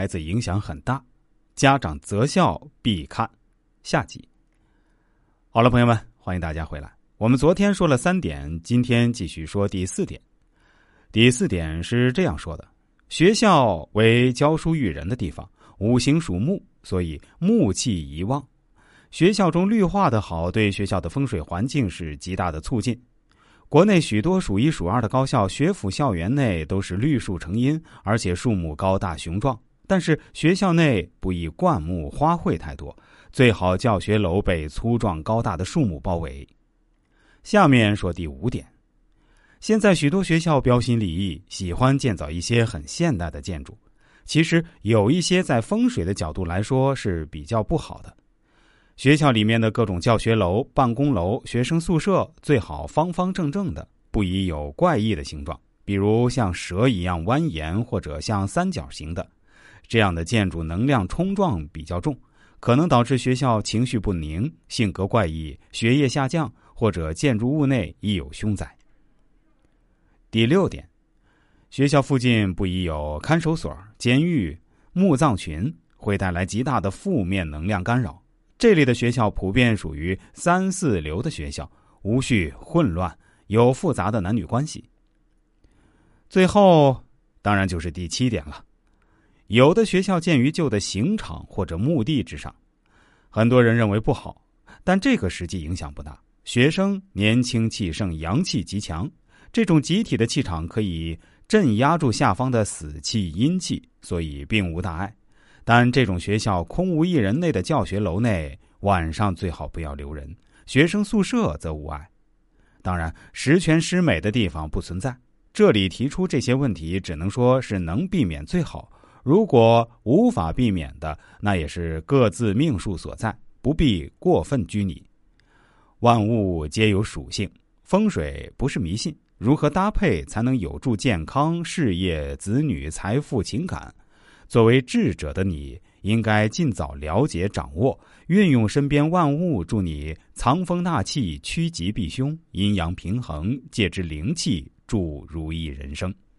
孩子影响很大，家长择校必看。下集。好了，朋友们，欢迎大家回来。我们昨天说了3点，今天继续说第4点。第4点是这样说的：学校为教书育人的地方，五行属木，所以木气宜旺。学校中绿化的好，对学校的风水环境是极大的促进。国内许多数1数2的高校学府校园内都是绿树成荫，而且树木高大雄壮。但是学校内不宜灌木花卉太多，最好教学楼被粗壮高大的树木包围。下面说第5点。现在许多学校标新立异，喜欢建造一些很现代的建筑，其实有一些在风水的角度来说是比较不好的。学校里面的各种教学楼、办公楼、学生宿舍最好方方正正的，不宜有怪异的形状，比如像蛇一样蜿蜒或者像三角形的。这样的建筑能量冲撞比较重，可能导致学校情绪不宁、性格怪异、学业下降，或者建筑物内亦有凶宅。第6点，学校附近不宜有看守所、监狱、墓葬群，会带来极大的负面能量干扰。这类的学校普遍属于3、4流的学校，无序、混乱，有复杂的男女关系。最后当然就是第7点了。有的学校建于旧的刑场或者墓地之上，很多人认为不好，但这个实际影响不大。学生年轻气盛，阳气极强，这种集体的气场可以镇压住下方的死气阴气，所以并无大碍。但这种学校空无一人内的教学楼内，晚上最好不要留人，学生宿舍则无碍。当然，十全十美的地方不存在，这里提出这些问题只能说是能避免最好，如果无法避免的，那也是各自命数所在，不必过分拘泥。万物皆有属性，风水不是迷信，如何搭配才能有助健康、事业、子女、财富、情感？作为智者的你，应该尽早了解掌握，运用身边万物，助你藏风纳气，趋吉避凶，阴阳平衡，借之灵气，助如意人生。